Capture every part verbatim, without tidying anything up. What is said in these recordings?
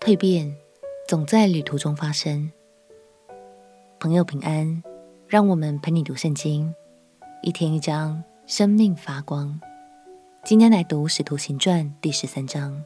蜕变总在旅途中发生。朋友平安，让我们陪你读圣经，一天一章，生命发光。今天来读《使徒行传》第十三章。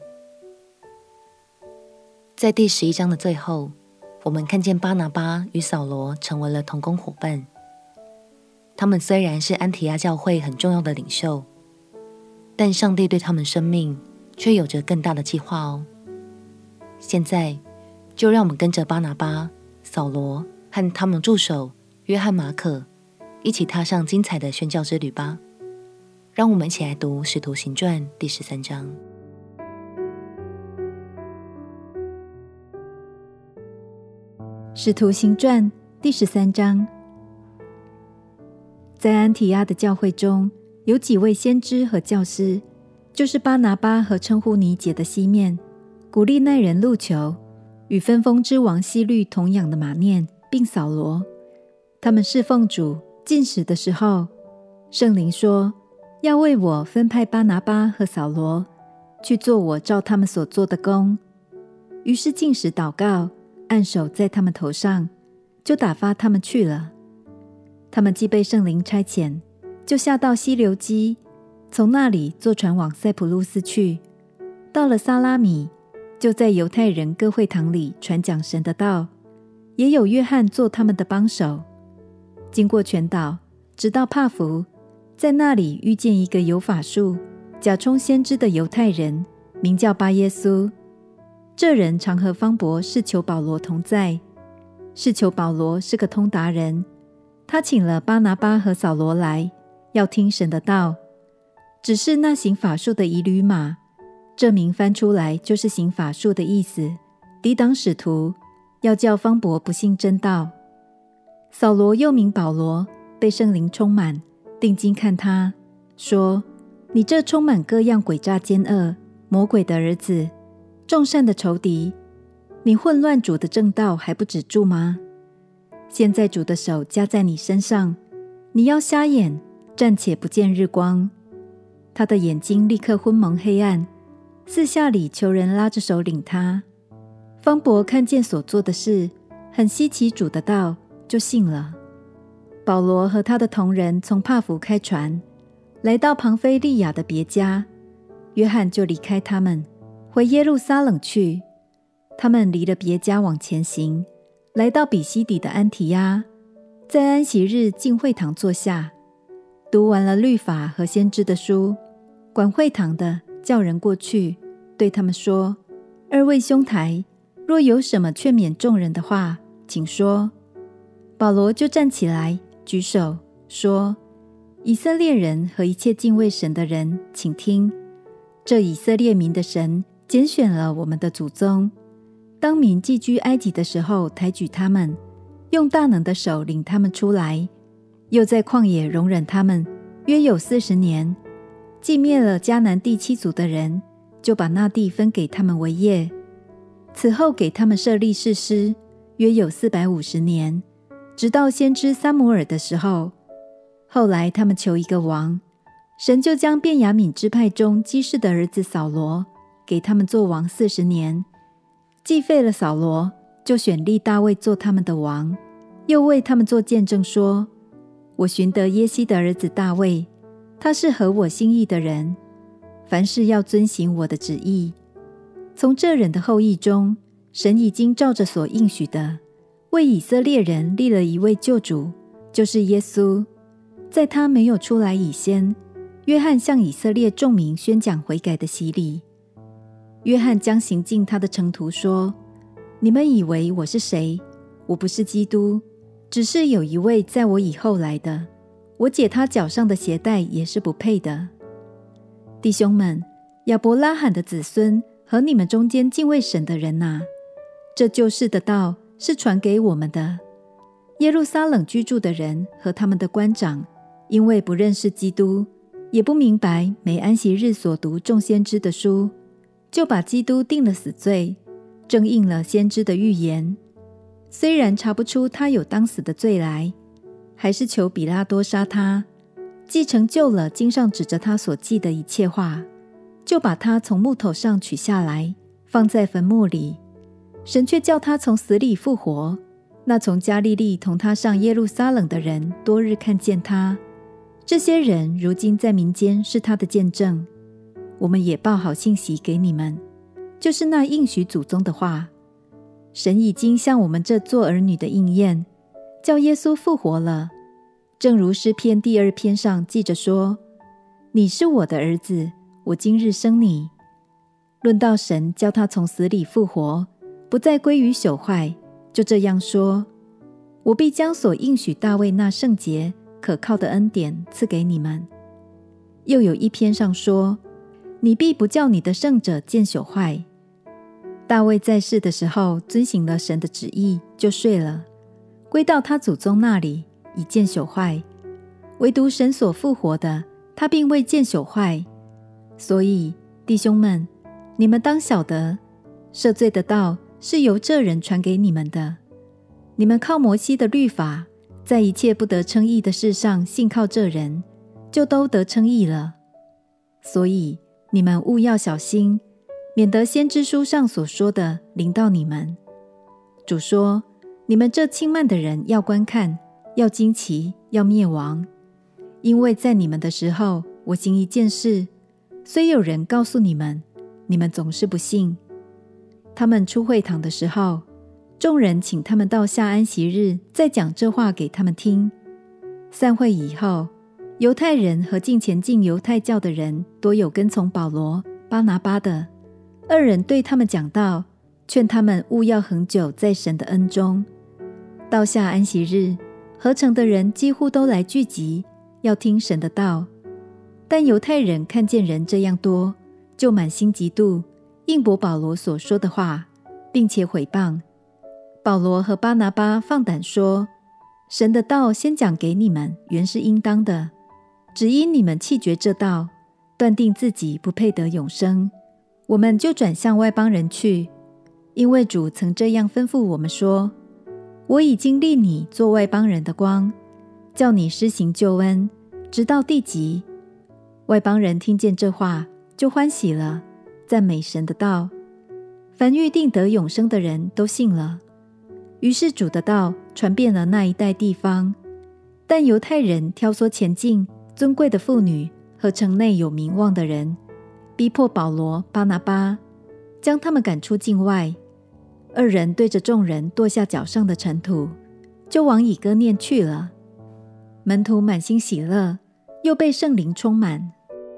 在第十一章的最后，我们看见巴拿巴与扫罗成为了同工伙伴。他们虽然是安提阿教会很重要的领袖，但上帝对他们生命却有着更大的计划哦。现在就让我们跟着巴拿巴、扫罗和他们助手约翰、马可一起踏上精彩的宣教之旅吧。让我们一起来读《使徒行传》第十三章。 使徒行传第十三章。在安提阿的教会中，有几位先知和教师，就是巴拿巴和称呼尼结的西面、古利奈人路求与分封之王希律同养的马念，并扫罗。他们侍奉主禁食的时候，圣灵说要为我分派巴拿巴和扫罗去做我照他们所做的工。于是禁食祷告，按手在他们头上，就打发他们去了。他们既被圣灵差遣，就下到西流基，从那里坐船往塞浦路斯去。到了撒拉米，就在犹太人各会堂里传讲神的道，也有约翰做他们的帮手。经过全岛，直到帕福，在那里遇见一个有法术、假充先知的犹太人，名叫巴耶稣。这人常和方伯士求保罗同在。士求保罗是个通达人，他请了巴拿巴和扫罗来，要听神的道。只是那行法术的以吕马，这名翻出来就是行法术的意思，抵挡使徒，要叫方伯不信真道。扫罗又名保罗，被圣灵充满，定睛看他，说：你这充满各样诡诈奸恶、魔鬼的儿子，众善的仇敌，你混乱主的正道还不止住吗？现在主的手加在你身上，你要瞎眼，暂且不见日光。他的眼睛立刻昏蒙黑暗，四下里求人拉着手领他。方伯看见所做的事，很稀奇主的道，就信了。保罗和他的同人从帕福开船，来到庞菲利亚的别家，约翰就离开他们，回耶路撒冷去。他们离了别家往前行，来到比西底的安提阿，在安息日进会堂坐下，读完了律法和先知的书。管会堂的叫人过去，对他们说：二位兄台，若有什么劝勉众人的话，请说。保罗就站起来举手说：以色列人和一切敬畏神的人，请听，这以色列民的神拣选了我们的祖宗，当民寄居埃及的时候抬举他们，用大能的手领他们出来，又在旷野容忍他们约有四十年，既灭了迦南地七族的人，就把那地分给他们为业。此后给他们设立士师，约有四百五十年，直到先知撒母耳的时候。后来他们求一个王，神就将便雅悯支派中基士的儿子扫罗给他们做王四十年。既废了扫罗，就选立大卫做他们的王，又为他们做见证说：我寻得耶西的儿子大卫，他是合我心意的人，凡事要遵行我的旨意。从这人的后裔中，神已经照着所应许的，为以色列人立了一位救主，就是耶稣。在他没有出来以先，约翰向以色列众民宣讲悔改的洗礼。约翰将行进他的程途说：你们以为我是谁？我不是基督，只是有一位在我以后来的，我解他脚上的鞋带也是不配的。弟兄们，亚伯拉罕的子孙和你们中间敬畏神的人啊，这救世的道是传给我们的。耶路撒冷居住的人和他们的官长，因为不认识基督，也不明白每安息日所读众先知的书，就把基督定了死罪，正应了先知的预言。虽然查不出他有当死的罪来，还是求比拉多杀他，既成就了经上指着他所记的一切话，就把他从木头上取下来，放在坟墓里， 神却叫他从死里复活。那从加利利同他上耶路撒冷的人多日看见他，这些人如今在民间是他的见证。我们也报好信息给你们，就是那应许祖宗的话。神已经向我们这做儿女的应验，叫耶稣复活了，正如诗篇第二篇上记着说：你是我的儿子，我今日生你。论到神叫他从死里复活，不再归于朽坏，就这样说：我必将所应许大卫那圣洁可靠的恩典赐给你们。又有一篇上说：你必不叫你的圣者见朽坏。大卫在世的时候遵行了神的旨意，就睡了，归到他祖宗那里，已见朽坏。唯独神所复活的，他并未见朽坏。所以弟兄们，你们当晓得，赦罪的道是由这人传给你们的。你们靠摩西的律法，在一切不得称义的事上信靠这人，就都得称义了。所以你们务要小心，免得先知书上所说的临到你们。主说：你们这轻慢的人要观看，要惊奇，要灭亡。因为在你们的时候，我行一件事，虽有人告诉你们，你们总是不信。他们出会堂的时候，众人请他们到下安息日再讲这话给他们听。散会以后，犹太人和近前进犹太教的人多有跟从保罗、巴拿巴的，二人对他们讲道，劝他们务要恒久在神的恩中。到下安息日，合城的人几乎都来聚集，要听神的道。但犹太人看见人这样多，就满心嫉妒，应驳保罗所说的话，并且毁谤。保罗和巴拿巴放胆说：神的道先讲给你们，原是应当的，只因你们弃绝这道，断定自己不配得永生，我们就转向外邦人去。因为主曾这样吩咐我们说：我已经立你做外邦人的光，叫你施行救恩，直到地极。外邦人听见这话，就欢喜了，赞美神的道。凡预定得永生的人都信了。于是主的道传遍了那一带地方。但犹太人挑唆前进尊贵的妇女和城内有名望的人，逼迫保罗、巴拿巴，将他们赶出境外。二人对着众人跺下脚上的尘土，就往以哥念去了。门徒满心喜乐，又被圣灵充满。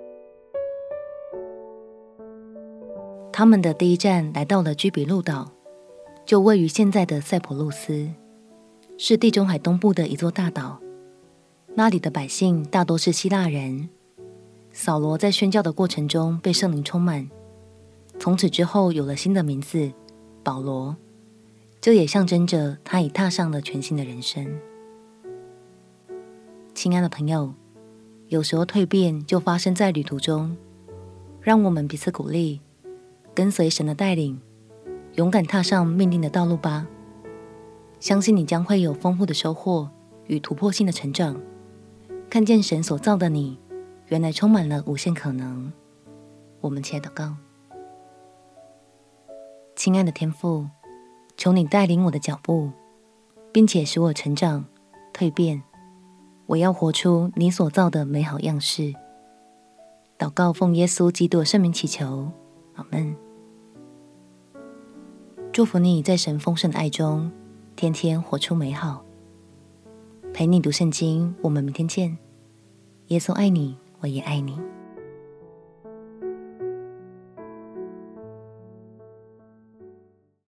他们的第一站来到了居比路岛，就位于现在的塞浦路斯，是地中海东部的一座大岛。那里的百姓大多是希腊人。扫罗在宣教的过程中被圣灵充满，从此之后有了新的名字保罗，这也象征着他已踏上了全新的人生。亲爱的朋友，有时候蜕变就发生在旅途中，让我们彼此鼓励，跟随神的带领，勇敢踏上命定的道路吧。相信你将会有丰富的收获与突破性的成长，看见神所造的你，原来充满了无限可能。我们且祷告。亲爱的天父，求你带领我的脚步，并且使我成长蜕变，我要活出你所造的美好样式。祷告奉耶稣基督的圣名祈求，阿们。祝福你在神丰盛的爱中天天活出美好。陪你读圣经，我们明天见。耶稣爱你，我也爱你。